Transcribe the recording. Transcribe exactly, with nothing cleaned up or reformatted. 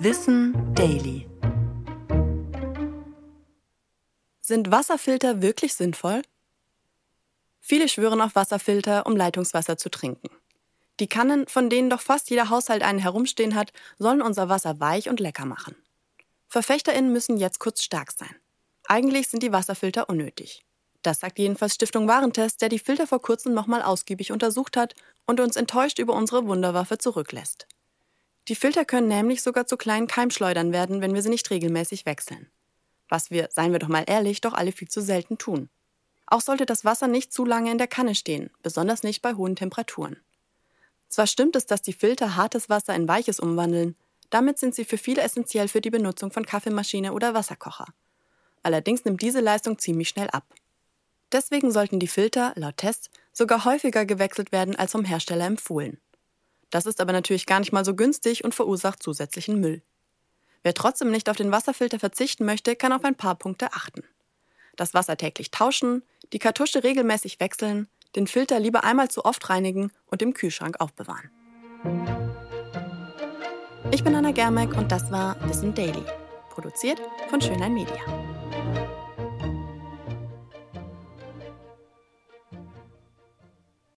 Wissen Daily. Sind Wasserfilter wirklich sinnvoll? Viele schwören auf Wasserfilter, um Leitungswasser zu trinken. Die Kannen, von denen doch fast jeder Haushalt einen herumstehen hat, sollen unser Wasser weich und lecker machen. VerfechterInnen müssen jetzt kurz stark sein. Eigentlich sind die Wasserfilter unnötig. Das sagt jedenfalls Stiftung Warentest, der die Filter vor kurzem nochmal ausgiebig untersucht hat und uns enttäuscht über unsere Wunderwaffe zurücklässt. Die Filter können nämlich sogar zu kleinen Keimschleudern werden, wenn wir sie nicht regelmäßig wechseln. Was wir, seien wir doch mal ehrlich, doch alle viel zu selten tun. Auch sollte das Wasser nicht zu lange in der Kanne stehen, besonders nicht bei hohen Temperaturen. Zwar stimmt es, dass die Filter hartes Wasser in weiches umwandeln, damit sind sie für viele essentiell für die Benutzung von Kaffeemaschine oder Wasserkocher. Allerdings nimmt diese Leistung ziemlich schnell ab. Deswegen sollten die Filter, laut Tests, sogar häufiger gewechselt werden als vom Hersteller empfohlen. Das ist aber natürlich gar nicht mal so günstig und verursacht zusätzlichen Müll. Wer trotzdem nicht auf den Wasserfilter verzichten möchte, kann auf ein paar Punkte achten. Das Wasser täglich tauschen, die Kartusche regelmäßig wechseln, den Filter lieber einmal zu oft reinigen und im Kühlschrank aufbewahren. Ich bin Anna Germeck und das war Wissen Daily, produziert von Schönlein Media.